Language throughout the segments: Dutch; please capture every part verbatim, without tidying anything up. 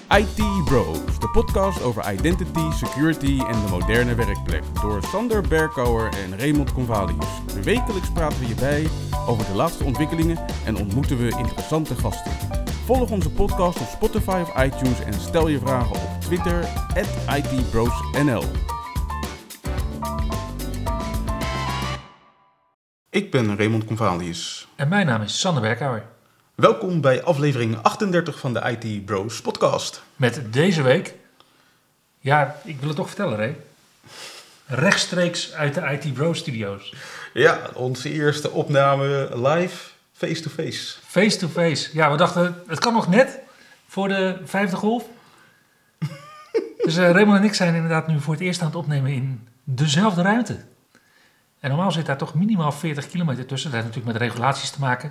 I T Bros, de podcast over identity, security en de moderne werkplek. Door Sander Berkouwer en Raymond Convalius. Wekelijks praten we je bij over de laatste ontwikkelingen en ontmoeten we interessante gasten. Volg onze podcast op Spotify of iTunes en stel je vragen op Twitter at I T Bros N L. Ik ben Raymond Convalius. En mijn naam is Sander Berkouwer. Welkom bij aflevering achtendertig van de I T Bros podcast. Met deze week, ja, ik wil het toch vertellen, Ray. Rechtstreeks uit de I T Bros studio's. Ja, onze eerste opname live, face-to-face. Face-to-face. Ja, we dachten, het kan nog net voor de vijfde golf. Dus uh, Raymond en ik zijn inderdaad nu voor het eerst aan het opnemen in dezelfde ruimte. En normaal zit daar toch minimaal veertig kilometer tussen. Dat heeft natuurlijk met regulaties te maken.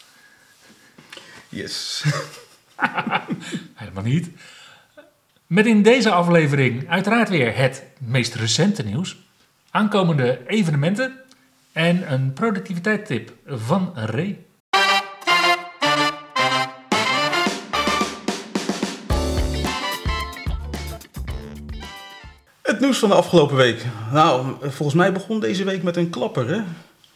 Yes. Helemaal niet. Met in deze aflevering uiteraard weer het meest recente nieuws. Aankomende evenementen. En een productiviteitstip van Ray. Het nieuws van de afgelopen week. Nou, volgens mij begon deze week met een klapper, hè?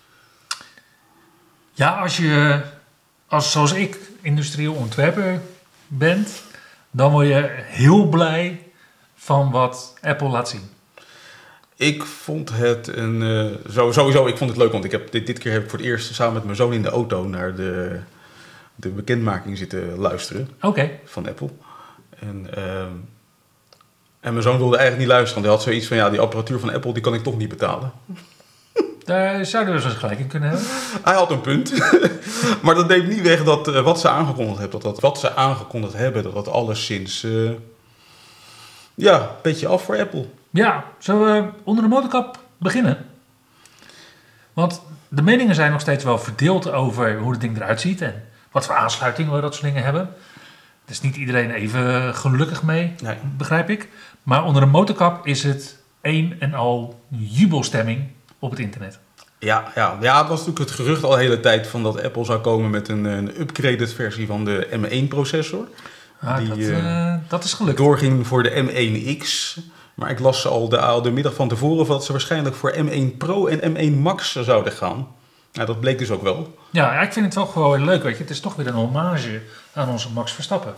Ja, als je, als, zoals ik, industrieel ontwerper bent, dan word je heel blij van wat Apple laat zien. Ik vond het een... Uh, sowieso, ik vond het leuk, want ik heb dit, dit keer heb ik voor het eerst samen met mijn zoon in de auto naar de, de bekendmaking zitten luisteren. Oké. Okay. Van Apple. En... Uh, En mijn zoon wilde eigenlijk niet luisteren. Want hij had zoiets van, ja, die apparatuur van Apple, die kan ik toch niet betalen. Daar zouden we zo'n gelijk in kunnen hebben. Hij had een punt. Maar dat neemt niet weg dat uh, wat ze aangekondigd hebben, dat, dat wat ze aangekondigd hebben, dat dat alleszins, uh, ja, petje af voor Apple. Ja, zullen we onder de motorkap beginnen? Want de meningen zijn nog steeds wel verdeeld over hoe het ding eruit ziet en wat voor aansluitingen we dat soort dingen hebben. Er is niet iedereen even gelukkig mee, nee. Begrijp ik. Maar onder de motorkap is het een en al jubelstemming op het internet. Ja, ja, ja, het was natuurlijk het gerucht al de hele tijd van dat Apple zou komen met een, een upgraded versie van de M één processor. Ah, die dat, uh, dat is gelukt. Doorging voor de M één X. Maar ik las al de, al de middag van tevoren dat ze waarschijnlijk voor M één Pro en M één Max zouden gaan. Nou, dat bleek dus ook wel. Ja, ik vind het wel gewoon weer leuk, weet je. Het is toch weer een hommage aan onze Max Verstappen.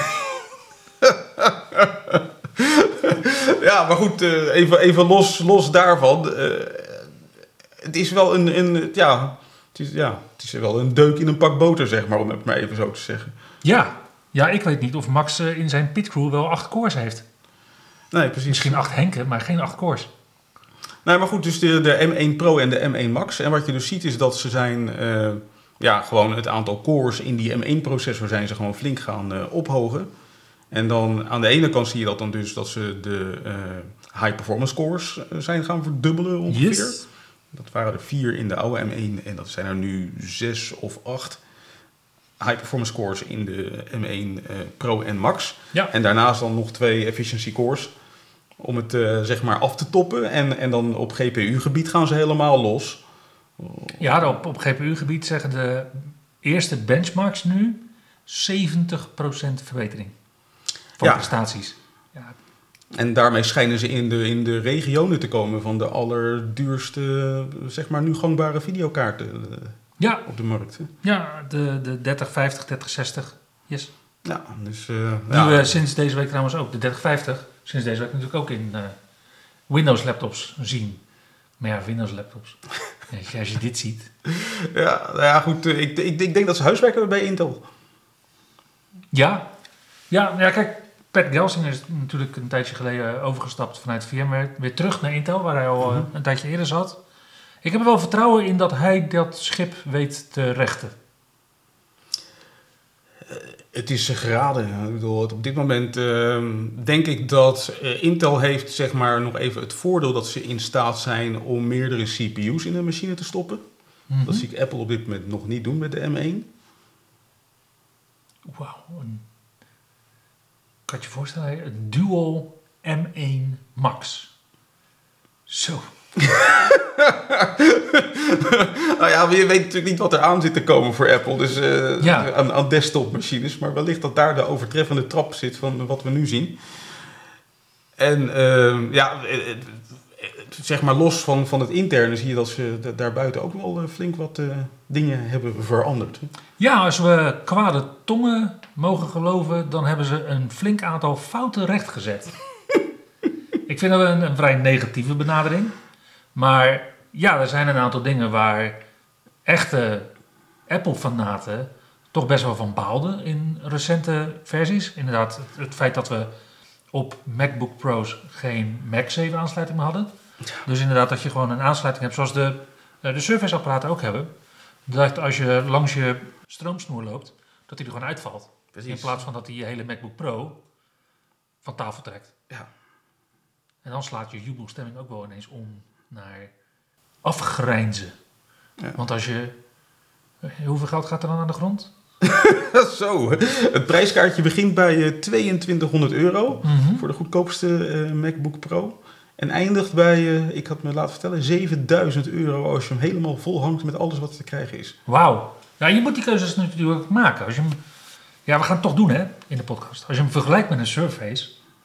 Ja, maar goed, uh, even, even los, los daarvan. Uh, het is wel een, een, ja, het is, ja, het is wel een deuk in een pak boter, zeg maar, om het maar even zo te zeggen. Ja, ja, ik weet niet of Max uh, in zijn pitcrew wel acht cores heeft. Nee, precies. Misschien acht Henken, maar geen acht cores. Nee, maar goed, dus de, de M één Pro en de M één Max. En wat je dus ziet is dat ze zijn, uh, ja, gewoon het aantal cores in die M één processor zijn ze gewoon flink gaan uh, ophogen. En dan aan de ene kant zie je dat dan dus dat ze de uh, high performance cores zijn gaan verdubbelen ongeveer. Yes. Dat waren er vier in de oude M één en dat zijn er nu zes of acht high performance cores in de M één uh, Pro en Max. Ja. En daarnaast dan nog twee efficiency cores om het uh, zeg maar af te toppen. En, en dan op G P U-gebied gaan ze helemaal los. Ja, op, op G P U-gebied zeggen de eerste benchmarks nu zeventig procent verbetering van ja. prestaties. Ja. En daarmee schijnen ze in de, in de regionen te komen van de allerduurste, zeg maar nu gangbare videokaarten uh, ja. op de markt. Hè? Ja, de, de dertig vijftig, dertig zestig. Yes. Ja, dus... Uh, die ja. we sinds deze week trouwens ook, de dertig vijftig, sinds deze week natuurlijk ook in uh, Windows laptops zien. Maar ja, Windows laptops. Als je, als je dit ziet. Ja, nou ja, goed. Ik, ik, ik denk dat ze huiswerk hebben bij Intel. Ja. Ja, ja, kijk. Pat Gelsinger is natuurlijk een tijdje geleden overgestapt vanuit VMware. Weer terug naar Intel, waar hij al mm-hmm. een tijdje eerder zat. Ik heb er wel vertrouwen in dat hij dat schip weet te rechten. Uh, het is geraden. Ik bedoel, op dit moment uh, denk ik dat uh, Intel heeft zeg maar nog even het voordeel dat ze in staat zijn om meerdere C P U's in de machine te stoppen. Mm-hmm. Dat zie ik Apple op dit moment nog niet doen met de M één. Wauw. Kan je je voorstellen, een dual M één Max. Zo. Nou ja, je weet natuurlijk niet wat er aan zit te komen voor Apple. Dus uh, Ja. aan, aan desktopmachines. Maar wellicht dat daar de overtreffende trap zit van wat we nu zien. En uh, ja, zeg maar los van, van het interne zie je dat ze d- daarbuiten ook wel uh, flink wat uh, dingen hebben veranderd. Ja, als we kwade tongen mogen geloven, dan hebben ze een flink aantal fouten rechtgezet. Ik vind dat een, een vrij negatieve benadering. Maar ja, er zijn een aantal dingen waar echte Apple-fanaten toch best wel van baalden in recente versies. Inderdaad, het, het feit dat we op MacBook Pro's geen MagSafe aansluiting meer hadden. Dus inderdaad dat je gewoon een aansluiting hebt zoals de, de Surface-apparaten ook hebben. Dat als je langs je stroomsnoer loopt, dat die er gewoon uitvalt. Precies. In plaats van dat hij je hele MacBook Pro van tafel trekt. Ja. En dan slaat je jubelstemming ook wel ineens om naar afgrijnzen. Ja. Want als je... Hoeveel geld gaat er dan aan de grond? Zo, het prijskaartje begint bij uh, tweeëntwintighonderd euro Mm-hmm. voor de goedkoopste uh, MacBook Pro. En eindigt bij, uh, ik had me laten vertellen, zevenduizend euro als je hem helemaal vol hangt met alles wat te krijgen is. Wauw. Ja, je moet die keuzes natuurlijk maken. Als je hem, ja, we gaan het toch doen hè, in de podcast. Als je hem vergelijkt met een Surface...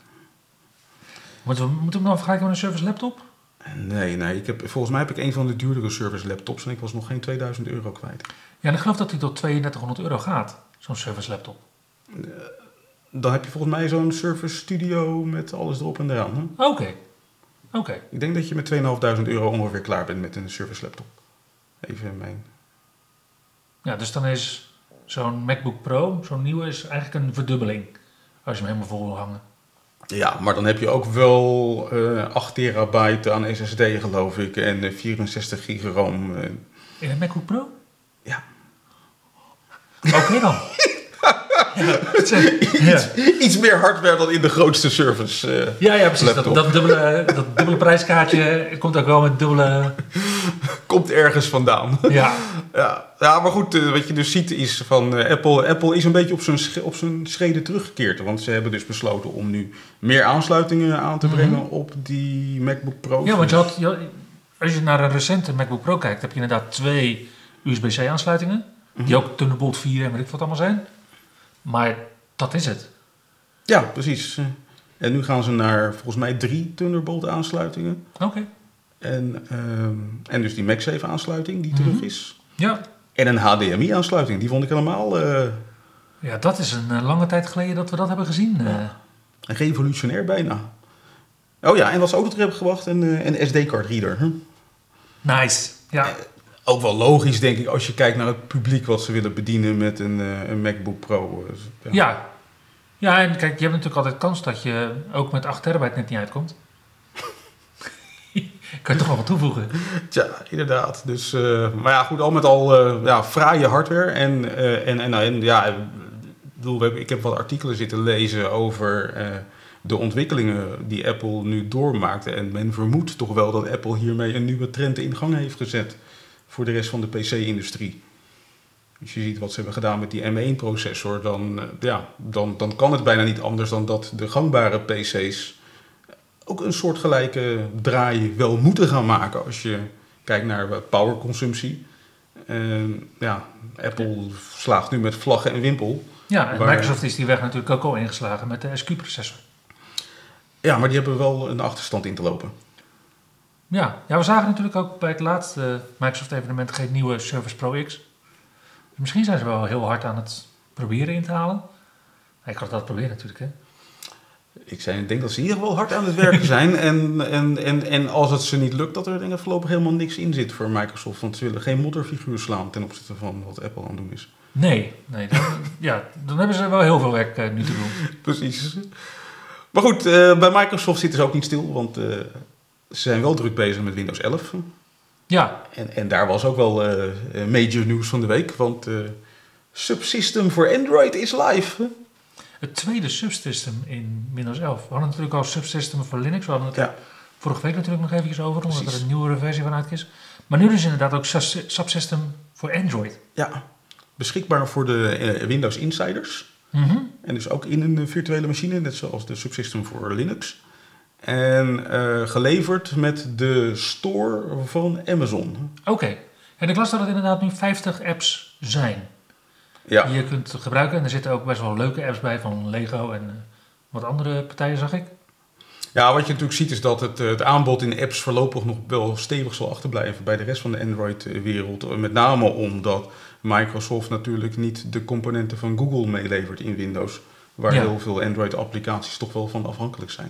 Moeten we, moeten we hem dan vergelijken met een Surface laptop? Nee, nee. Ik heb, volgens mij heb ik een van de duurdere Surface laptops en ik was nog geen tweeduizend euro kwijt. Ja, en ik geloof dat hij tot tweeëndertighonderd euro gaat. Zo'n Surface laptop. Uh, dan heb je volgens mij zo'n Surface Studio met alles erop en eraan. Hè? Oké. Okay. Oké. Okay. Ik denk dat je met tweeduizend vijfhonderd euro ongeveer klaar bent met een Surface laptop. Even mijn... Ja, dus dan is zo'n MacBook Pro, zo'n nieuwe, is eigenlijk een verdubbeling. Als je hem helemaal vol wil hangen. Ja, maar dan heb je ook wel uh, acht terabyte aan S S D geloof ik en uh, vierenzestig gig RAM. Uh. In een MacBook Pro? Ja. Oké okay dan. Ja, iets, ja. iets meer hardware dan in de grootste Surface uh, Ja, ja, precies. Dat, dat, dubbele, dat dubbele prijskaartje komt ook wel met dubbele... Komt ergens vandaan. Ja. Ja, ja, maar goed, uh, wat je dus ziet is van uh, Apple... Apple is een beetje op zijn, sch- op zijn schreden teruggekeerd. Want ze hebben dus besloten om nu meer aansluitingen aan te brengen mm-hmm. op die MacBook Pro. Ja, want je had, je, als je naar een recente MacBook Pro kijkt... heb je inderdaad twee U S B C aansluitingen. Mm-hmm. Die ook Thunderbolt vier en weet ik wat allemaal zijn. Maar dat is het. Ja, precies. En nu gaan ze naar volgens mij drie Thunderbolt aansluitingen. Oké. Okay. En, um, en dus die MagSafe aansluiting die mm-hmm. terug is. Ja. En een H D M I aansluiting. Die vond ik helemaal... Uh... Ja, dat is een uh, lange tijd geleden dat we dat hebben gezien. Uh. Ja. Revolutionair bijna. Oh ja, en wat ze ook nog hebben gewacht, een, uh, een S D-card reader. Hm? Nice. Ja. Uh, ook wel logisch, denk ik, als je kijkt naar het publiek wat ze willen bedienen met een, uh, een MacBook Pro. Dus, ja. ja. Ja, en kijk, je hebt natuurlijk altijd kans dat je ook met acht terabyte net niet uitkomt. Kan je toch wel wat toevoegen? Ja, inderdaad. Dus, uh, maar ja, goed, al met al uh, ja, fraaie hardware. En, uh, en, en, en ja, ik, bedoel, ik heb wat artikelen zitten lezen over uh, de ontwikkelingen die Apple nu doormaakte. En men vermoedt toch wel dat Apple hiermee een nieuwe trend in gang heeft gezet voor de rest van de P C-industrie. Als je ziet wat ze hebben gedaan met die M één processor, dan, uh, ja, dan, dan kan het bijna niet anders dan dat de gangbare P C's ook een soortgelijke draai wel moeten gaan maken als je kijkt naar powerconsumptie. Uh, ja, Apple slaagt nu met vlaggen en wimpel. Ja, en waar... Microsoft is die weg natuurlijk ook al ingeslagen met de S Q-processor. Ja, maar die hebben wel een achterstand in te lopen. Ja, ja, we zagen natuurlijk ook bij het laatste Microsoft-evenement geen nieuwe Surface Pro X. Misschien zijn ze wel heel hard aan het proberen in te halen. Ik had dat proberen natuurlijk, hè. Ik, zei, ik denk dat ze in ieder geval hard aan het werken zijn. en, en, en, en als het ze niet lukt, dat er denk ik voorlopig helemaal niks in zit voor Microsoft. Want ze willen geen modderfiguur slaan ten opzichte van wat Apple aan het doen is. Nee, nee dan, ja, dan hebben ze wel heel veel werk uh, nu te doen. Precies. Maar goed, uh, bij Microsoft zitten ze ook niet stil, want uh, ze zijn wel druk bezig met Windows elf. Ja. En, en daar was ook wel uh, major nieuws van de week, want uh, Subsystem voor Android is live. Het tweede subsystem in Windows elf. We hadden natuurlijk al subsystem voor Linux. We hadden het ja. vorige week natuurlijk nog eventjes over, omdat Precies. er een nieuwere versie van uit is. Maar nu dus inderdaad ook subsystem voor Android. Ja, beschikbaar voor de uh, Windows Insiders. Mm-hmm. En dus ook in een virtuele machine, net zoals de subsystem voor Linux. En uh, geleverd met de store van Amazon. Oké. Okay. En ik las dat het inderdaad nu vijftig apps zijn. Ja. Die je kunt gebruiken. En er zitten ook best wel leuke apps bij van Lego en uh, wat andere partijen, zag ik. Ja, wat je natuurlijk ziet is dat het, het aanbod in apps voorlopig nog wel stevig zal achterblijven bij de rest van de Android-wereld. Met name omdat Microsoft natuurlijk niet de componenten van Google meelevert in Windows. Waar ja. heel veel Android-applicaties toch wel van afhankelijk zijn.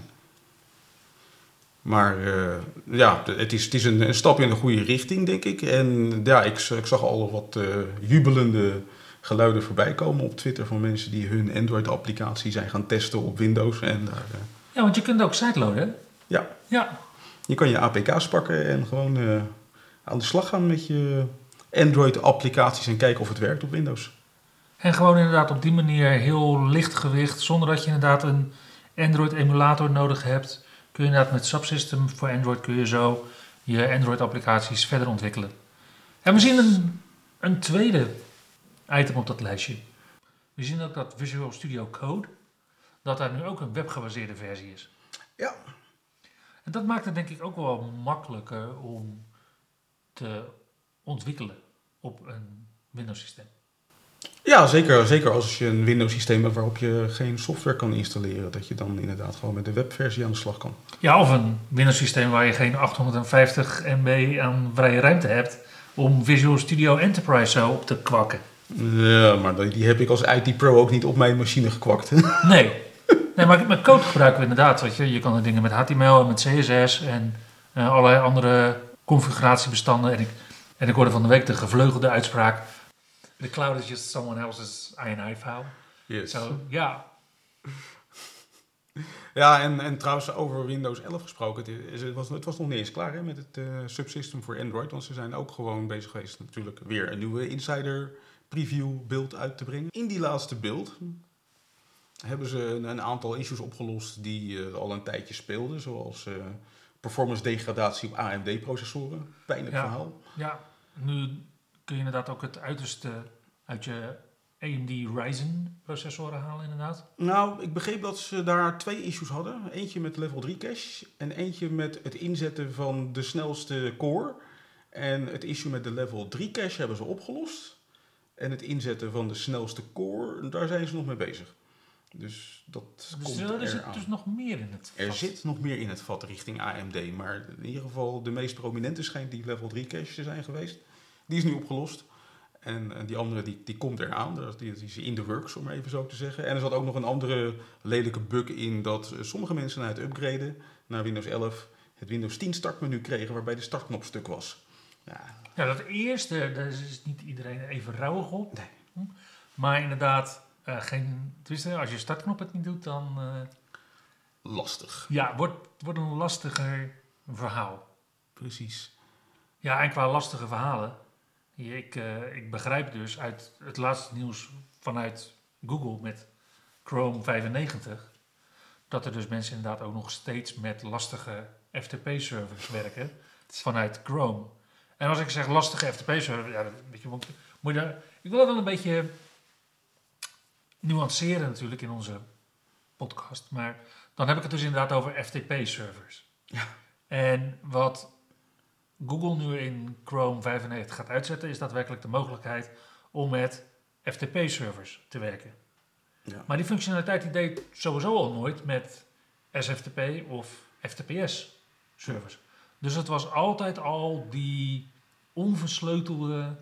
Maar uh, ja, het is, het is een, een stap in de goede richting, denk ik. En ja, ik, ik zag al wat uh, jubelende geluiden voorbij komen op Twitter van mensen die hun Android-applicatie zijn gaan testen op Windows. En daar, uh, ja, want je kunt ook sideloaden. Ja. ja. Je kan je A P K's pakken en gewoon uh, aan de slag gaan met je Android-applicaties en kijken of het werkt op Windows. En gewoon inderdaad op die manier heel lichtgewicht, zonder dat je inderdaad een Android-emulator nodig hebt. Kun je inderdaad met Subsystem voor Android kun je zo je Android-applicaties verder ontwikkelen. En we zien een, een tweede item op dat lijstje. We zien ook dat Visual Studio Code, dat daar nu ook een webgebaseerde versie is. Ja. En dat maakt het denk ik ook wel makkelijker om te ontwikkelen op een Windows-systeem. Ja, zeker, zeker als je een Windows-systeem hebt waarop je geen software kan installeren. Dat je dan inderdaad gewoon met de webversie aan de slag kan. Ja, of een Windows-systeem waar je geen achthonderdvijftig megabyte aan vrije ruimte hebt om Visual Studio Enterprise zo op te kwakken. Ja, maar die heb ik als I T pro ook niet op mijn machine gekwakt. Nee, nee maar met code gebruiken we inderdaad. Weet je. je kan er dingen met H T M L en met C S S en uh, allerlei andere configuratiebestanden. En ik, en ik hoorde van de week de gevleugelde uitspraak: the cloud is just someone else's I N I file. Yes. So, ja. Ja, en, en trouwens over Windows elf gesproken. Het, is, het, was, het was nog niet eens klaar hè, met het uh, subsystem voor Android. Want ze zijn ook gewoon bezig geweest natuurlijk weer een nieuwe insider preview build uit te brengen. In die laatste build hebben ze een, een aantal issues opgelost die uh, al een tijdje speelden. Zoals uh, performance degradatie op A M D-processoren. Pijnlijk ja, verhaal. Ja, nu kun je inderdaad ook het uiterste uit je A M D Ryzen processoren halen inderdaad. Nou, ik begreep dat ze daar twee issues hadden. Eentje met level drie cache en eentje met het inzetten van de snelste core. En het issue met de level drie cache hebben ze opgelost. En het inzetten van de snelste core, daar zijn ze nog mee bezig. Dus dat dus komt er, er zit aan. dus nog meer in het vat. Er zit nog meer in het vat richting A M D. Maar in ieder geval de meest prominente schijnt die level drie cache te zijn geweest. Die is nu opgelost. En, en die andere die, die komt eraan. Die, die is in de works, om even zo te zeggen. En er zat ook nog een andere lelijke bug in dat sommige mensen na het upgraden naar Windows elf het Windows tien startmenu kregen waarbij de startknop stuk was. Ja, ja dat eerste, daar is niet iedereen even rouwig op. Nee. Maar inderdaad, uh, geen, tenminste, als je startknop het niet doet, dan... Uh, lastig. Ja, wordt, wordt een lastiger verhaal. Precies. Ja, en qua lastige verhalen... Ik, uh, ik begrijp dus uit het laatste nieuws vanuit Google met Chrome vijfennegentig... dat er dus mensen inderdaad ook nog steeds met lastige F T P-servers werken vanuit Chrome. En als ik zeg lastige F T P-server, ja, weet je, moet, moet je daar, ik wil dat wel een beetje nuanceren natuurlijk in onze podcast. Maar dan heb ik het dus inderdaad over F T P-servers. Ja. En wat Google nu in Chrome vijfennegentig gaat uitzetten, is daadwerkelijk de mogelijkheid om met F T P-servers te werken. Ja. Maar die functionaliteit die deed sowieso al nooit met S F T P of F T P S-servers. Dus het was altijd al die onversleutelde,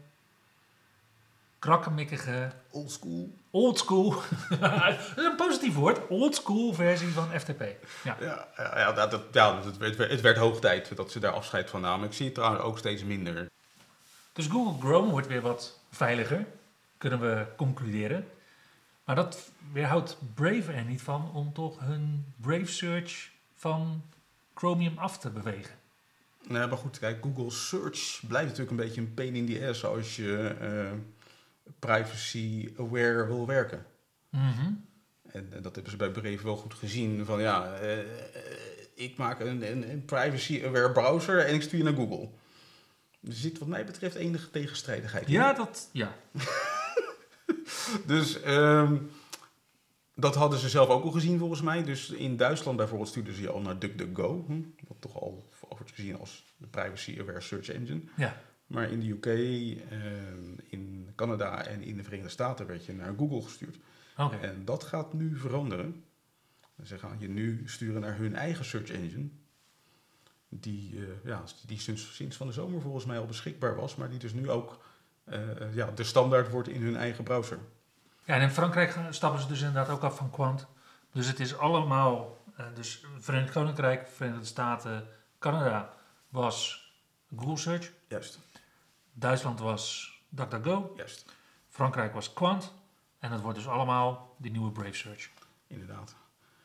krakkemikkige, oldschool. Oldschool, dat is een positief woord, oldschool versie van F T P. Ja, ja, ja, dat, dat, ja het, werd, het werd hoog tijd dat ze daar afscheid van namen. Ik zie het trouwens ook steeds minder. Dus Google Chrome wordt weer wat veiliger, kunnen we concluderen. Maar dat weerhoudt Brave er niet van om toch hun Brave Search van Chromium af te bewegen. Nee, maar goed, kijk, Google Search blijft natuurlijk een beetje een pain in the ass als je uh, privacy-aware wil werken. Mm-hmm. En, en dat hebben ze bij Brave wel goed gezien. Van ja, uh, uh, ik maak een, een, een privacy-aware browser en ik stuur je naar Google. Er zit wat mij betreft enige tegenstrijdigheid in. Ja, dat... Ja. Dus... Um, Dat hadden ze zelf ook al gezien volgens mij. Dus in Duitsland bijvoorbeeld stuurden ze je al naar DuckDuckGo. Hm? Wat toch al wordt gezien als de privacy-aware search engine. Ja. Maar in de U K, uh, in Canada en in de Verenigde Staten werd je naar Google gestuurd. Okay. En dat gaat nu veranderen. Ze gaan je nu sturen naar hun eigen search engine. Die, uh, ja, die sinds, sinds van de zomer volgens mij al beschikbaar was. Maar die dus nu ook uh, ja, de standaard wordt in hun eigen browser. Ja, en in Frankrijk stappen ze dus inderdaad ook af van Quant. Dus het is allemaal... Uh, dus Verenigd Koninkrijk, Verenigde Staten, Canada was Google Search. Juist. Duitsland was DuckDuckGo. Juist. Frankrijk was Quant. En dat wordt dus allemaal die nieuwe Brave Search. Inderdaad.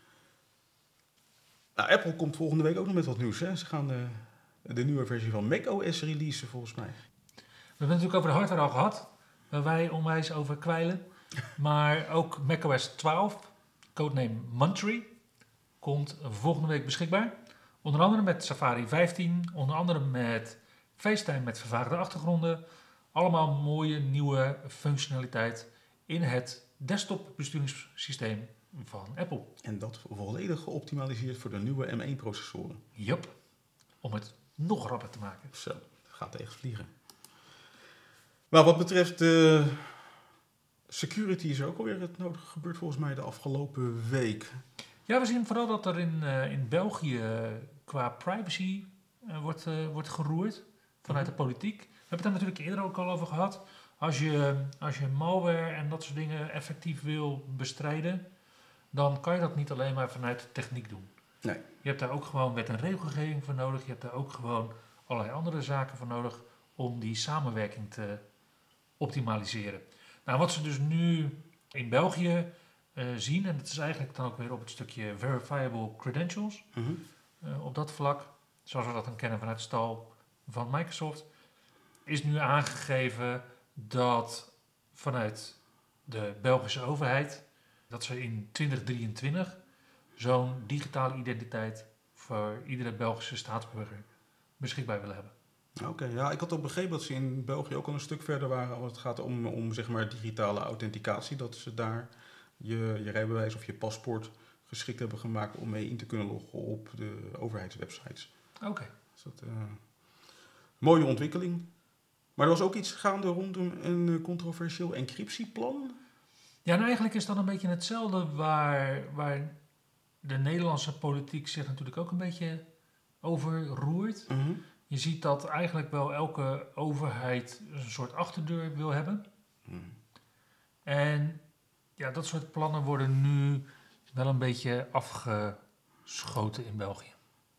Nou, Apple komt volgende week ook nog met wat nieuws. Hè? Ze gaan de, de nieuwe versie van macOS releasen volgens mij. We hebben het natuurlijk over de hardware al gehad. Waar wij onwijs over kwijlen. Maar ook macOS twaalf, codename Monterey, komt volgende week beschikbaar. Onder andere met Safari vijftien. Onder andere met FaceTime met vervaagde achtergronden. Allemaal mooie nieuwe functionaliteit in het desktop besturingssysteem van Apple. En dat volledig geoptimaliseerd voor de nieuwe M één processoren. Yup, om het nog rapper te maken. Zo, dat gaat echt vliegen. Maar wat betreft de security is er ook alweer het nodige gebeurd volgens mij de afgelopen week. Ja, we zien vooral dat er in, uh, in België uh, qua privacy uh, wordt, uh, wordt geroerd vanuit de politiek. We hebben het daar natuurlijk eerder ook al over gehad. Als je, als je malware en dat soort dingen effectief wil bestrijden, dan kan je dat niet alleen maar vanuit de techniek doen. Nee. Je hebt daar ook gewoon wet en regelgeving voor nodig. Je hebt daar ook gewoon allerlei andere zaken voor nodig om die samenwerking te optimaliseren. Nou, wat ze dus nu in België uh, zien, en dat is eigenlijk dan ook weer op het stukje verifiable credentials, Mm-hmm. uh, op dat vlak, zoals we dat dan kennen vanuit de stal van Microsoft, is nu aangegeven dat vanuit de Belgische overheid, dat ze in twintig drieëntwintig zo'n digitale identiteit voor iedere Belgische staatsburger beschikbaar willen hebben. Oké, okay, ja, ik had al begrepen dat ze in België ook al een stuk verder waren als het gaat om, om zeg maar digitale authenticatie. Dat ze daar je, je rijbewijs of je paspoort geschikt hebben gemaakt om mee in te kunnen loggen op de overheidswebsites. Oké. Okay. Dus dat uh, mooie ontwikkeling. Maar er was ook iets gaande rondom een controversieel encryptieplan. Ja, en eigenlijk is dat een beetje hetzelfde waar, waar de Nederlandse politiek zich natuurlijk ook een beetje over roert. Mm-hmm. Je ziet dat eigenlijk wel elke overheid een soort achterdeur wil hebben. Mm. En ja, dat soort plannen worden nu wel een beetje afgeschoten in België.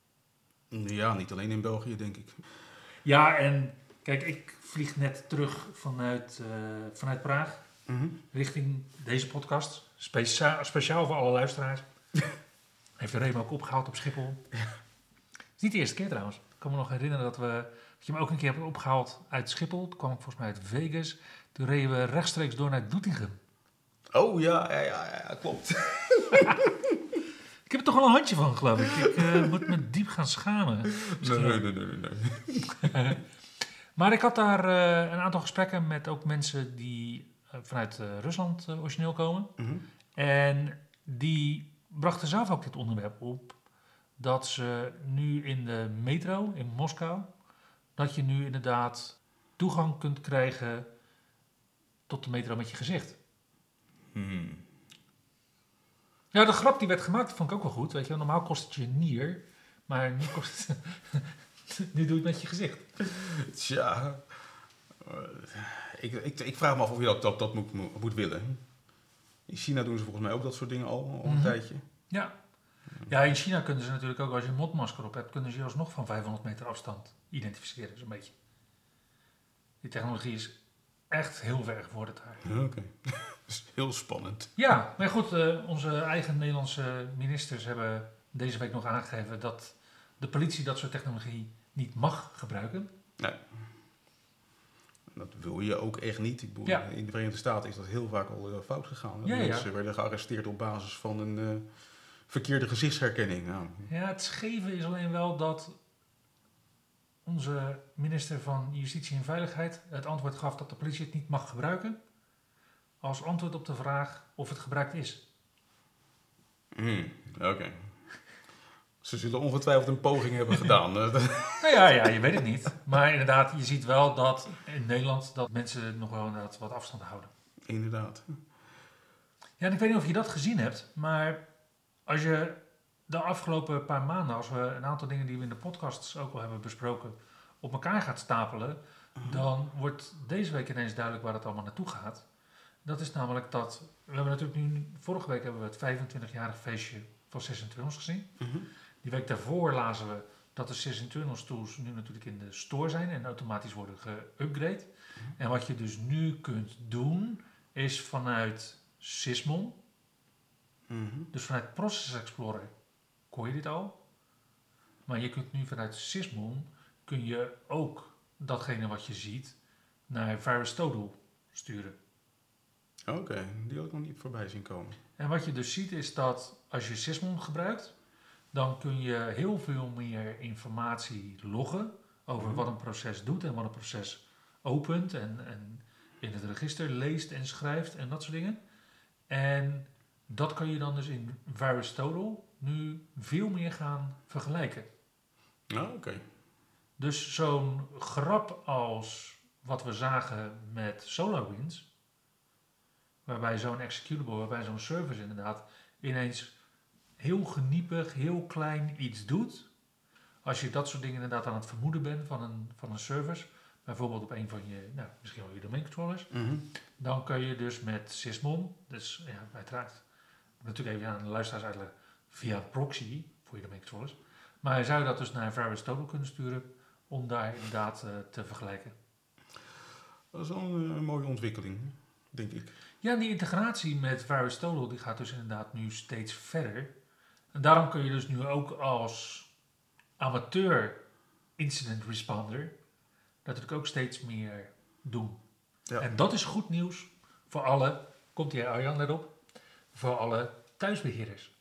Ja, niet alleen in België, denk ik. Ja, en kijk, ik vlieg net terug vanuit, uh, vanuit Praag. Mm-hmm. Richting deze podcast. Specia- speciaal voor alle luisteraars. Heeft de Remo ook opgehaald op Schiphol. Ja. Het is niet de eerste keer trouwens. Ik kan me nog herinneren dat, we, dat je me ook een keer hebt opgehaald uit Schiphol. Toen kwam ik volgens mij uit Vegas. Toen reden we rechtstreeks door naar Doetinchem. Oh ja, ja, ja, ja klopt. Ik heb er toch wel een handje van, geloof ik. Ik uh, moet me diep gaan schamen. Nee, nee, nee, nee. nee. Maar ik had daar uh, een aantal gesprekken met ook mensen die uh, vanuit uh, Rusland uh, origineel komen. Mm-hmm. En die brachten zelf ook dit onderwerp op. Dat ze nu in de metro in Moskou, dat je nu inderdaad toegang kunt krijgen tot de metro met je gezicht. Hmm. Ja, de grap die werd gemaakt vond ik ook wel goed. Weet je, normaal kost het je een nier, maar nu kost het... nu doe je het met je gezicht. Tja, uh, ik, ik, ik vraag me af of je dat, dat, dat moet, moet willen. In China doen ze volgens mij ook dat soort dingen al, al een mm-hmm. tijdje. Ja. Ja, in China kunnen ze natuurlijk ook, als je een mondmasker op hebt, kunnen ze je alsnog van vijfhonderd meter afstand identificeren, zo'n beetje. Die technologie is echt heel ver gevorderd daar. Oké, okay. Dat is heel spannend. Ja, maar goed, uh, onze eigen Nederlandse ministers hebben deze week nog aangegeven dat de politie dat soort technologie niet mag gebruiken. Nee. Dat wil je ook echt niet. Ik bedoel, ja. In de Verenigde Staten is dat heel vaak al uh, fout gegaan. Ja, Mensen ja. werden gearresteerd op basis van een uh, verkeerde gezichtsherkenning. Nou. Ja, het scheve is alleen wel dat onze minister van Justitie en Veiligheid het antwoord gaf dat de politie het niet mag gebruiken als antwoord op de vraag of het gebruikt is. Mm, Oké. Okay. Ze zullen ongetwijfeld een poging hebben gedaan. Nou ja, ja, je weet het niet. Maar inderdaad, je ziet wel dat in Nederland dat mensen nog wel inderdaad wat afstand houden. Inderdaad. Ja, en ik weet niet of je dat gezien hebt, maar als je de afgelopen paar maanden, als we een aantal dingen die we in de podcasts ook al hebben besproken, op elkaar gaat stapelen, uh-huh. dan wordt deze week ineens duidelijk waar het allemaal naartoe gaat. Dat is namelijk dat, we hebben natuurlijk nu, vorige week hebben we het vijfentwintigjarig feestje van Sys Internals gezien. Uh-huh. Die week daarvoor lazen we dat de Sys Internals tools nu natuurlijk in de store zijn en automatisch worden geüpgrade. Uh-huh. En wat je dus nu kunt doen, is vanuit Sysmon, mm-hmm. dus vanuit Process Explorer kon je dit al. Maar je kunt nu vanuit Sysmon, kun je ook datgene wat je ziet naar VirusTotal sturen. Oké, okay, die had ik nog niet voorbij zien komen. En wat je dus ziet is dat als je Sysmon gebruikt, dan kun je heel veel meer informatie loggen over mm-hmm. wat een proces doet en wat een proces opent en, en in het register leest en schrijft en dat soort dingen. En dat kan je dan dus in VirusTotal nu veel meer gaan vergelijken. Ah, oké. Okay. Dus zo'n grap als wat we zagen met SolarWinds, waarbij zo'n executable, waarbij zo'n service inderdaad ineens heel geniepig, heel klein iets doet. Als je dat soort dingen inderdaad aan het vermoeden bent van een, van een service, bijvoorbeeld op een van je, nou, misschien wel je domain controllers, mm-hmm. dan kun je dus met Sysmon, dus ja, uiteraard, natuurlijk even aan de luisteraars uitleggen, via proxy voor je domain controllers, maar zou je dat dus naar VirusTotal kunnen sturen om daar inderdaad uh, te vergelijken. Dat is wel een, een mooie ontwikkeling, denk ik. Ja, die integratie met VirusTotal die gaat dus inderdaad nu steeds verder. En daarom kun je dus nu ook als amateur incident responder natuurlijk ook steeds meer doen. Ja. En dat is goed nieuws voor alle, komt hier Arjan let op, voor alle thuisbeheerders.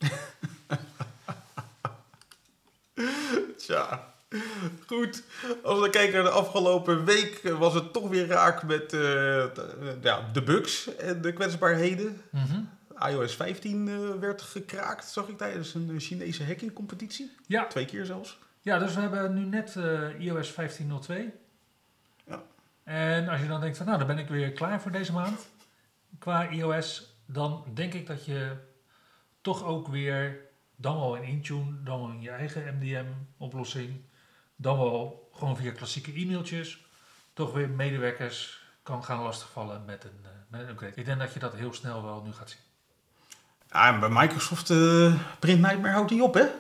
Tja, goed. Als we kijken naar de afgelopen week was het toch weer raak met uh, de, ja, de bugs en de kwetsbaarheden. Mm-hmm. i O S vijftien uh, werd gekraakt, zag ik tijdens een Chinese hackingcompetitie. Ja. Twee keer zelfs. Ja, dus we hebben nu net uh, i O S vijftien nul twee. Ja. En als je dan denkt van nou, dan ben ik weer klaar voor deze maand qua iOS, dan denk ik dat je toch ook weer dan wel in Intune, dan wel in je eigen M D M-oplossing, dan wel gewoon via klassieke e-mailtjes, toch weer medewerkers kan gaan lastigvallen met een, uh, met een upgrade. Ik denk dat je dat heel snel wel nu gaat zien. Ja, en bij Microsoft uh, Print Nightmare houdt die op, hè?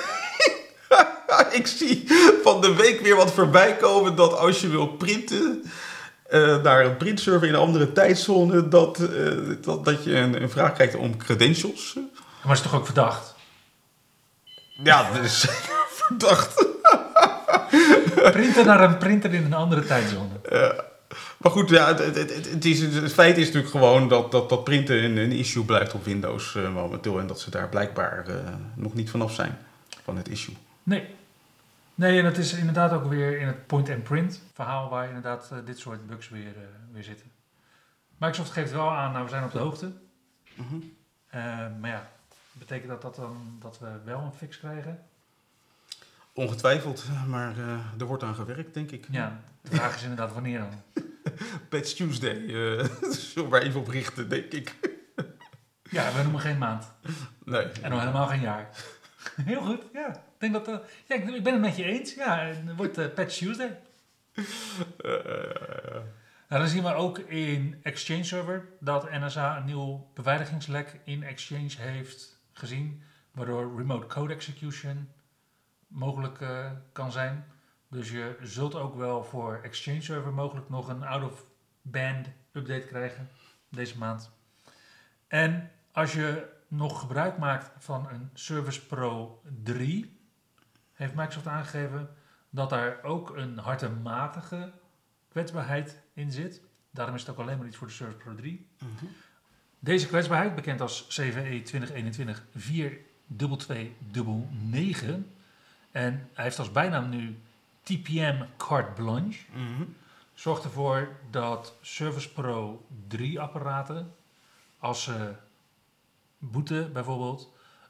Ik zie van de week weer wat voorbij komen dat als je wil printen uh, naar een printserver in een andere tijdzone, dat, uh, dat, dat je een, een vraag krijgt om credentials. Maar is toch ook verdacht? Ja, dat is zeker verdacht. Printen naar een printer in een andere tijdzone. Ja. Maar goed, ja, het, het, het, het, is, het feit is natuurlijk gewoon dat, dat, dat printen een, een issue blijft op Windows uh, momenteel. En dat ze daar blijkbaar uh, nog niet vanaf zijn, van het issue. Nee. Nee, en het is inderdaad ook weer in het point-and-print verhaal waar inderdaad uh, dit soort bugs weer, uh, weer zitten. Microsoft geeft wel aan, nou we zijn op de hoogte. Mm-hmm. Uh, maar ja, betekent dat, dat dan dat we wel een fix krijgen? Ongetwijfeld, maar uh, er wordt aan gewerkt, denk ik. Ja, de vraag is inderdaad wanneer dan? Patch Tuesday, uh, zullen we maar even op richten, denk ik. Ja, we noemen geen maand. Nee. En nog helemaal geen jaar. Heel goed, ja. Ik, denk dat, uh, ja, ik ben het met je eens. Ja, het wordt uh, Patch Tuesday. Uh, uh, uh. Nou, dan zien we ook in Exchange Server dat N S A een nieuw beveiligingslek in Exchange heeft gezien, waardoor remote code execution mogelijk uh, kan zijn. Dus je zult ook wel voor Exchange Server mogelijk nog een out-of-band update krijgen deze maand. En als je nog gebruik maakt van een Service Pro drie, heeft Microsoft aangegeven dat daar ook een hartematige kwetsbaarheid in zit. Daarom is het ook alleen maar iets voor de Service Pro drie. Mm-hmm. Deze kwetsbaarheid, bekend als C V E twintig eenentwintig vier twee twee negen negen, en hij heeft als bijnaam nu T P M Carte Blanche, mm-hmm. zorgt ervoor dat Service Pro drie apparaten, als ze booten bijvoorbeeld,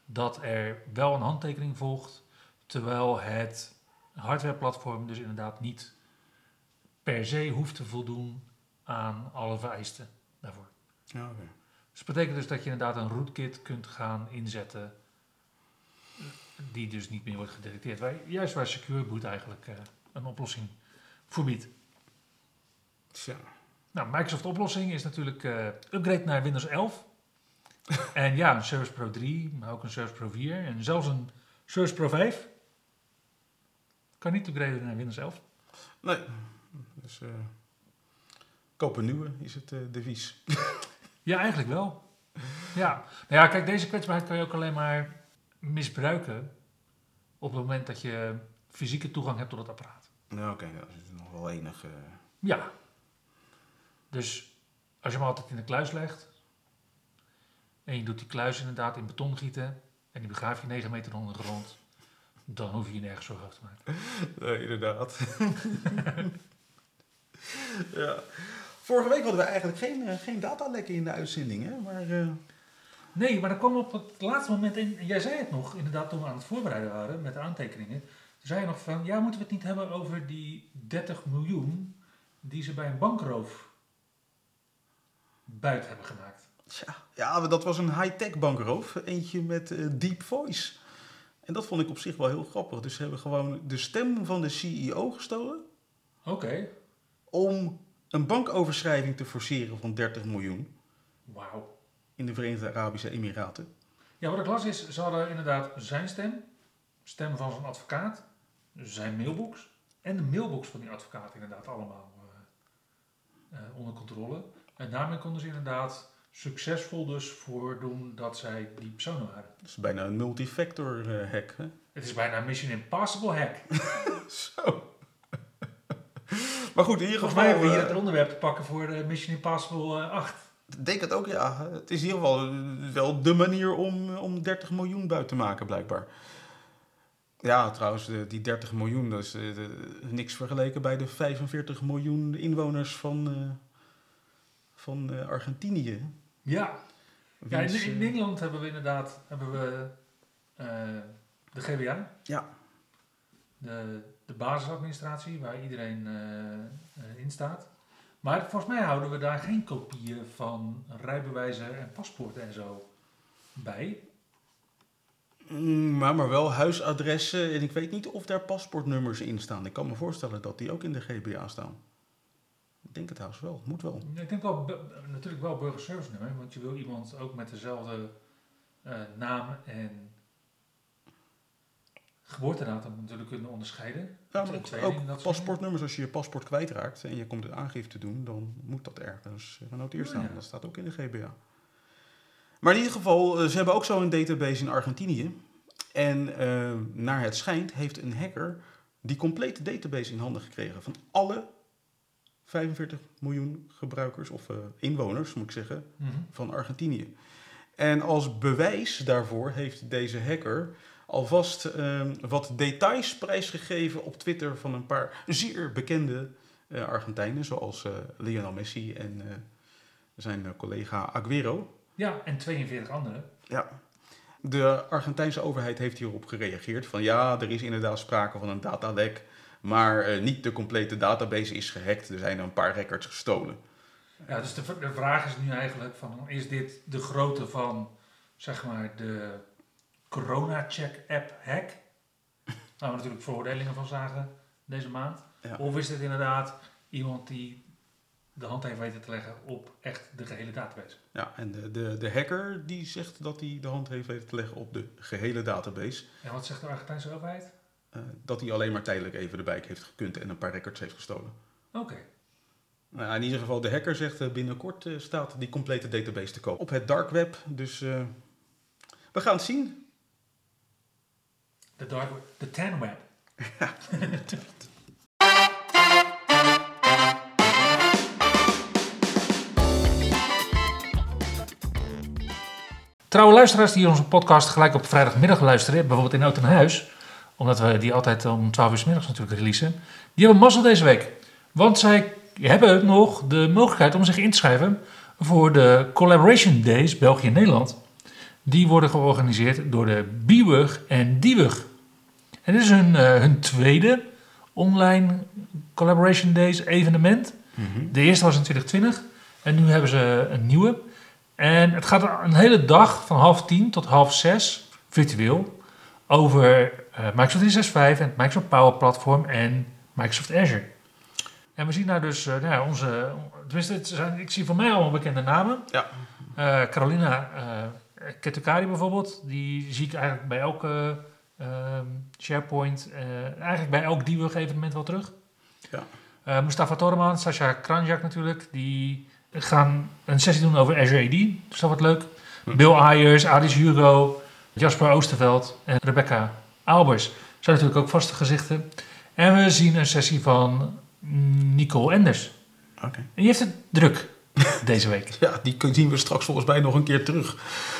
dat er wel een handtekening volgt, terwijl het hardwareplatform dus inderdaad niet per se hoeft te voldoen aan alle vereisten daarvoor. Ja, okay. Dus dat betekent dus dat je inderdaad een rootkit kunt gaan inzetten die dus niet meer wordt gedetecteerd. Waar, juist waar Secure Boot eigenlijk uh, een oplossing voor biedt. Tja. Nou, Microsoft oplossing is natuurlijk uh, upgrade naar Windows elf. En ja, een Service Pro drie, maar ook een Service Pro vier en zelfs een Service Pro vijf. Kan niet upgraden naar Windows elf. Nee, dus uh, koop een nieuwe is het uh, devies. Ja, eigenlijk wel. Ja. Nou ja, kijk, deze kwetsbaarheid kan je ook alleen maar misbruiken op het moment dat je fysieke toegang hebt tot het apparaat. Ja, oké, okay, dat is nog wel enig. Uh... Ja. Dus als je hem altijd in de kluis legt en je doet die kluis inderdaad in beton gieten en die begraaf je negen meter onder de grond, dan hoef je je nergens zorgen over te maken. Nee, inderdaad. Ja. Vorige week hadden we eigenlijk geen, uh, geen datalekken in de uitzending, hè? Maar, uh... Nee, maar dat kwam op het laatste moment in. En jij zei het nog, inderdaad, toen we aan het voorbereiden waren met de aantekeningen. Toen zei je nog van, ja, moeten we het niet hebben over die dertig miljoen die ze bij een bankroof buit hebben gemaakt. Ja, ja, dat was een high-tech bankroof. Eentje met uh, deep voice. En dat vond ik op zich wel heel grappig. Dus ze hebben gewoon de stem van de C E O gestolen. Oké. Okay. Om een bankoverschrijving te forceren van dertig miljoen. Wauw. In de Verenigde Arabische Emiraten. Ja, wat ik las is, ze hadden inderdaad zijn stem, stem van zijn advocaat, zijn mailbox en de mailbox van die advocaat inderdaad allemaal uh, uh, onder controle. En daarmee konden ze inderdaad succesvol dus voordoen dat zij die personen waren. Dat is bijna een multifactor uh, hack, hè? Het is bijna een Mission Impossible hack. Zo. Maar goed, in ieder geval... Volgens mij hebben we hier het onderwerp te pakken voor de Mission Impossible uh, acht. Ik denk het ook, ja. Het is in ieder geval wel de manier om, om dertig miljoen buiten te maken, blijkbaar. Ja, trouwens, die dertig miljoen, dat is uh, niks vergeleken bij de vijfenveertig miljoen inwoners van, uh, van uh, Argentinië. Ja. Ja, in, in Nederland hebben we inderdaad hebben we, uh, de G B A. Ja. De, de basisadministratie, waar iedereen uh, uh, in staat. Maar volgens mij houden we daar geen kopieën van rijbewijzen en paspoorten en zo bij. Mm, maar, maar wel huisadressen en ik weet niet of daar paspoortnummers in staan. Ik kan me voorstellen dat die ook in de G B A staan. Ik denk het trouwens wel, het moet wel. Ik denk wel, natuurlijk wel burgerservice nummer, want je wil iemand ook met dezelfde uh, naam en geboortedatum natuurlijk kunnen onderscheiden. Ja, maar ook, tweeling, ook paspoortnummers, als je je paspoort kwijtraakt en je komt een aangifte doen, dan moet dat ergens genoteerd staan. Oh, ja. Dat staat ook in de G B A. Maar in ieder geval, ze hebben ook zo'n database in Argentinië. En uh, naar het schijnt heeft een hacker die complete database in handen gekregen van alle vijfenveertig miljoen gebruikers, of uh, inwoners moet ik zeggen, mm-hmm. van Argentinië. En als bewijs daarvoor heeft deze hacker alvast uh, wat details prijsgegeven op Twitter van een paar zeer bekende uh, Argentijnen, zoals uh, Lionel Messi en uh, zijn uh, collega Agüero. Ja, en tweeënveertig anderen. Ja. De Argentijnse overheid heeft hierop gereageerd van ja, er is inderdaad sprake van een datalek, maar uh, niet de complete database is gehackt. Er zijn een paar records gestolen. Ja, dus de, de vraag is nu eigenlijk van, is dit de grootte van, zeg maar, de Corona-check-app hack? Waar we natuurlijk veroordelingen van zagen deze maand. Ja. Of is dit inderdaad iemand die de hand heeft weten te leggen op echt de gehele database? Ja, en de, de, de hacker die zegt dat hij de hand heeft weten te leggen op de gehele database. En wat zegt de Argentijnse overheid? Uh, dat hij alleen maar tijdelijk even de bijk heeft gekund en een paar records heeft gestolen. Oké. Okay. Nou, in ieder geval, de hacker zegt uh, binnenkort uh, staat die complete database te koop op het dark web. Dus uh, we gaan het zien. De dark web, de tan web. Ja. Trouwe luisteraars die onze podcast gelijk op vrijdagmiddag luisteren, bijvoorbeeld in Oud en Huis, omdat we die altijd om twaalf uur 's middags natuurlijk releasen, die hebben mazzel deze week. Want zij hebben nog de mogelijkheid om zich in te schrijven voor de Collaboration Days België en Nederland. Die worden georganiseerd door de Biewug en Diewug. En dit is hun, uh, hun tweede online Collaboration Days evenement. Mm-hmm. De eerste was in twintig twintig en nu hebben ze een nieuwe. En het gaat een hele dag van half tien tot half zes virtueel over uh, Microsoft driehonderdzesenzestig en het Microsoft Power Platform en Microsoft Azure. En we zien daar dus uh, nou ja, onze, tenminste, het zijn, ik zie voor mij allemaal bekende namen. Ja. Uh, Carolina uh, Ketukari bijvoorbeeld, die zie ik eigenlijk bij elke uh, SharePoint, uh, eigenlijk bij elk Diewug evenement wel terug. Ja. Uh, Mustafa Torman, Sasha Kranjak natuurlijk, die gaan een sessie doen over Azure A D, dus dat wordt leuk. Hm. Bill Ayers, Adis Hugo, Jasper Oosterveld en Rebecca Albers zijn natuurlijk ook vaste gezichten. En we zien een sessie van Nicole Enders. Oké. Okay. En die heeft het druk deze week. Ja, die zien we straks volgens mij nog een keer terug.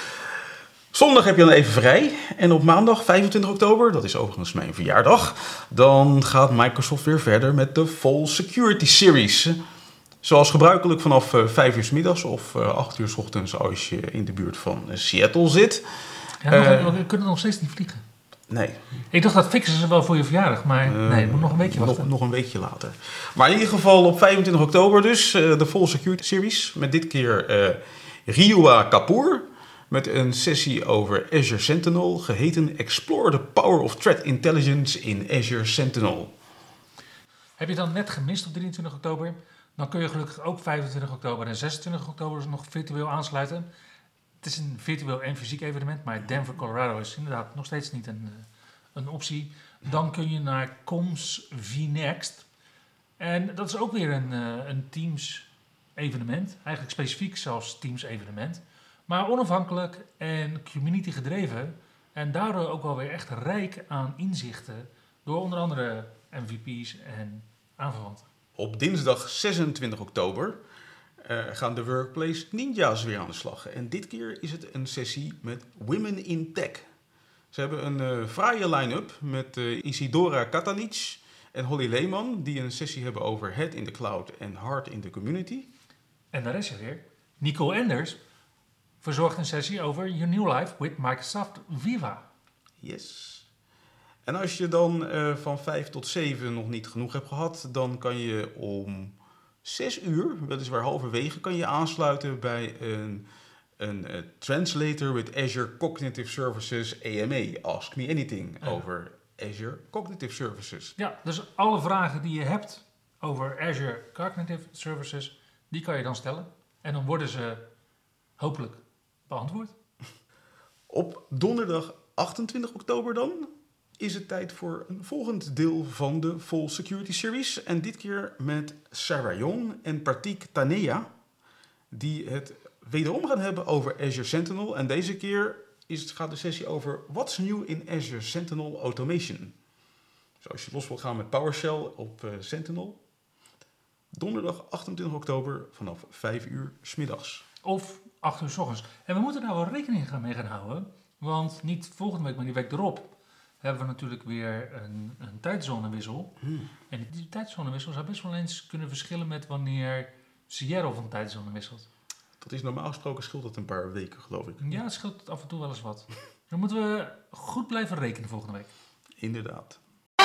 Zondag heb je dan even vrij. En op maandag vijfentwintig oktober, dat is overigens mijn verjaardag, dan gaat Microsoft weer verder met de Fall Security Series. Zoals gebruikelijk vanaf uh, vijf uur 's middags of uh, acht uur 's ochtends als je in de buurt van uh, Seattle zit. Ja, nog, uh, we kunnen nog steeds niet vliegen. Nee. Ik dacht dat fixen ze wel voor je verjaardag, maar uh, nee, het moet nog een weekje wachten. Nog, nog een weekje later. Maar in ieder geval op vijfentwintig oktober dus uh, de Fall Security Series. Met dit keer uh, Riua Kapoor. Met een sessie over Azure Sentinel, geheten Explore the Power of Threat Intelligence in Azure Sentinel. Heb je dan net gemist op drieëntwintig oktober? Dan kun je gelukkig ook vijfentwintig oktober en zesentwintig oktober nog virtueel aansluiten. Het is een virtueel en fysiek evenement, maar Denver, Colorado is inderdaad nog steeds niet een, een optie. Dan kun je naar Coms vNext. En dat is ook weer een, een Teams evenement, eigenlijk specifiek zelfs Teams evenement. Maar onafhankelijk en community gedreven en daardoor ook wel weer echt rijk aan inzichten door onder andere M V P's en aanverwanten. Op dinsdag zesentwintig oktober uh, gaan de Workplace Ninja's weer aan de slag. En dit keer is het een sessie met Women in Tech. Ze hebben een uh, fraaie line-up met uh, Isidora Katanic en Holly Lehman, die een sessie hebben over Head in the Cloud en Heart in the Community. En daar is je weer. Nicole Enders verzorgt een sessie over Your New Life with Microsoft Viva. Yes. En als je dan uh, van vijf tot zeven nog niet genoeg hebt gehad, dan kan je om zes uur, weliswaar halverwege, kan je aansluiten bij een, een uh, Translator with Azure Cognitive Services A M A. Ask me anything ja. over Azure Cognitive Services. Ja, dus alle vragen die je hebt over Azure Cognitive Services, die kan je dan stellen. En dan worden ze hopelijk beantwoord. Op donderdag achtentwintig oktober dan is het tijd voor een volgend deel van de Fall Security Series. En dit keer met Sarah Jong en Pratik Taneja, die het wederom gaan hebben over Azure Sentinel. En deze keer is het, gaat de sessie over What's New in Azure Sentinel Automation. Dus als je los wilt gaan met PowerShell op uh, Sentinel. Donderdag achtentwintig oktober vanaf vijf uur 's middags. Of acht uur 's ochtends. En we moeten daar wel rekening mee gaan houden. Want niet volgende week, maar die week erop hebben we natuurlijk weer een, een tijdzonewissel. Hmm. En die tijdzonewissel zou best wel eens kunnen verschillen met wanneer Seattle van tijdzone wisselt. Dat is normaal gesproken scheelt het een paar weken, geloof ik. Ja, het scheelt af en toe wel eens wat. Dan moeten we goed blijven rekenen volgende week. Inderdaad.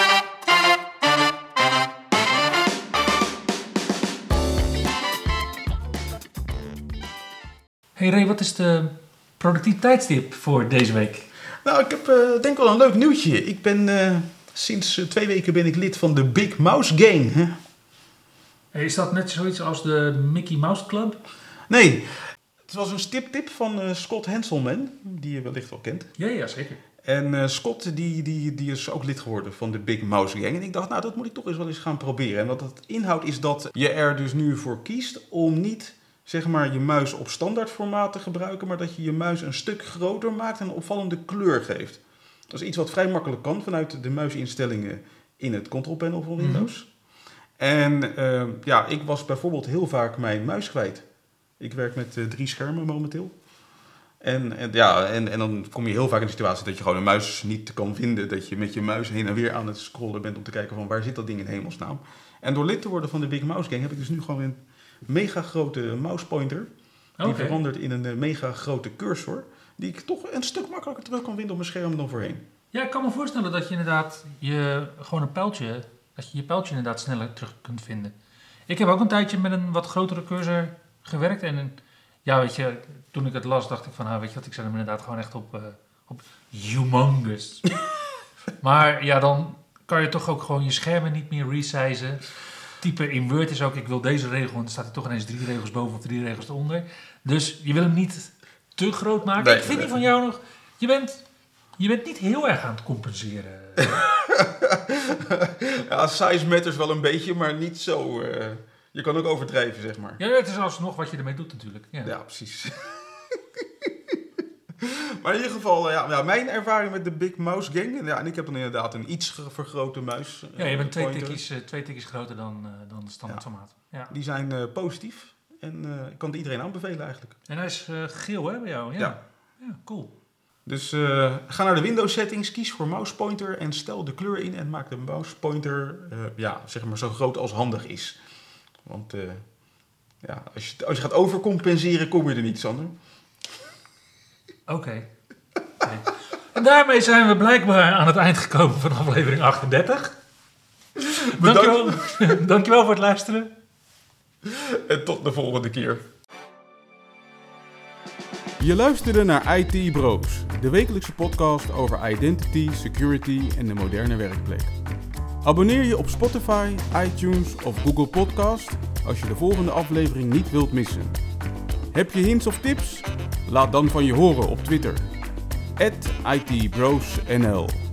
Hey Ray, wat is de productiviteitstip voor deze week? Nou, ik heb uh, denk wel een leuk nieuwtje. Ik ben uh, sinds uh, twee weken ben ik lid van de Big Mouse Gang. Hè? Hey, is dat net zoiets als de Mickey Mouse Club? Nee, het was een stiptip van uh, Scott Henselman, die je wellicht wel kent. Ja, ja, zeker. En uh, Scott die, die, die is ook lid geworden van de Big Mouse Gang. En ik dacht, nou, dat moet ik toch eens wel eens gaan proberen. En wat het inhoudt is dat je er dus nu voor kiest om niet, zeg maar, je muis op standaard formaat te gebruiken, maar dat je je muis een stuk groter maakt en een opvallende kleur geeft. Dat is iets wat vrij makkelijk kan vanuit de muisinstellingen in het control panel van Windows. Mm-hmm. En uh, ja, ik was bijvoorbeeld heel vaak mijn muis kwijt. Ik werk met uh, drie schermen momenteel. En, en, ja, en, en dan kom je heel vaak in de situatie dat je gewoon een muis niet kan vinden. Dat je met je muis heen en weer aan het scrollen bent om te kijken van waar zit dat ding in hemelsnaam. En door lid te worden van de Big Mouse Gang heb ik dus nu gewoon een mega grote mousepointer. Die okay. verandert in een uh, mega grote cursor. die ik toch een stuk makkelijker terug kan vinden op mijn scherm dan voorheen. Ja, ik kan me voorstellen dat je inderdaad je, gewoon een pijltje, dat je je pijltje inderdaad sneller terug kunt vinden. Ik heb ook een tijdje met een wat grotere cursor gewerkt. En ja, weet je, toen ik het las, dacht ik van, ah, weet je wat, ik zet hem inderdaad gewoon echt op, uh, op humongous. Maar ja, dan kan je toch ook gewoon je schermen niet meer resizen. Type in Word is ook, ik wil deze regel, en dan staat er toch ineens drie regels boven of drie regels eronder. Dus je wil hem niet te groot maken. Nee, ik vind nee. die van jou nog, je bent, je bent niet heel erg aan het compenseren. Ja, size matters wel een beetje, maar niet zo. Uh, je kan ook overdrijven, zeg maar. Ja, het is alsnog wat je ermee doet natuurlijk. Ja, Ja, precies. Maar in ieder geval, ja, ja, mijn ervaring met de Big Mouse Gang. Ja, en ik heb dan inderdaad een iets vergrote muis. Ja, je bent twee pointer. tikjes, uh, twee tikjes groter dan, uh, dan de standaard Ja. formaat. Ja. Die zijn uh, positief. En uh, ik kan het iedereen aanbevelen eigenlijk. En hij is uh, geel, hè, bij jou? Ja, Ja. ja cool. Dus uh, ga naar de Windows settings, kies voor mouse pointer en stel de kleur in en maak de mouse pointer uh, ja, zeg maar zo groot als handig is. Want uh, ja, als, je, als je gaat overcompenseren, kom je er niet, Sander. Oké. Okay. Okay. En daarmee zijn we blijkbaar aan het eind gekomen van aflevering achtendertig. Dankjewel, dankjewel voor het luisteren. En tot de volgende keer. Je luisterde naar I T Bros, de wekelijkse podcast over identity, security en de moderne werkplek. Abonneer je op Spotify, iTunes of Google Podcast als je de volgende aflevering niet wilt missen. Heb je hints of tips? Laat dan van je horen op Twitter. at I T Bros N L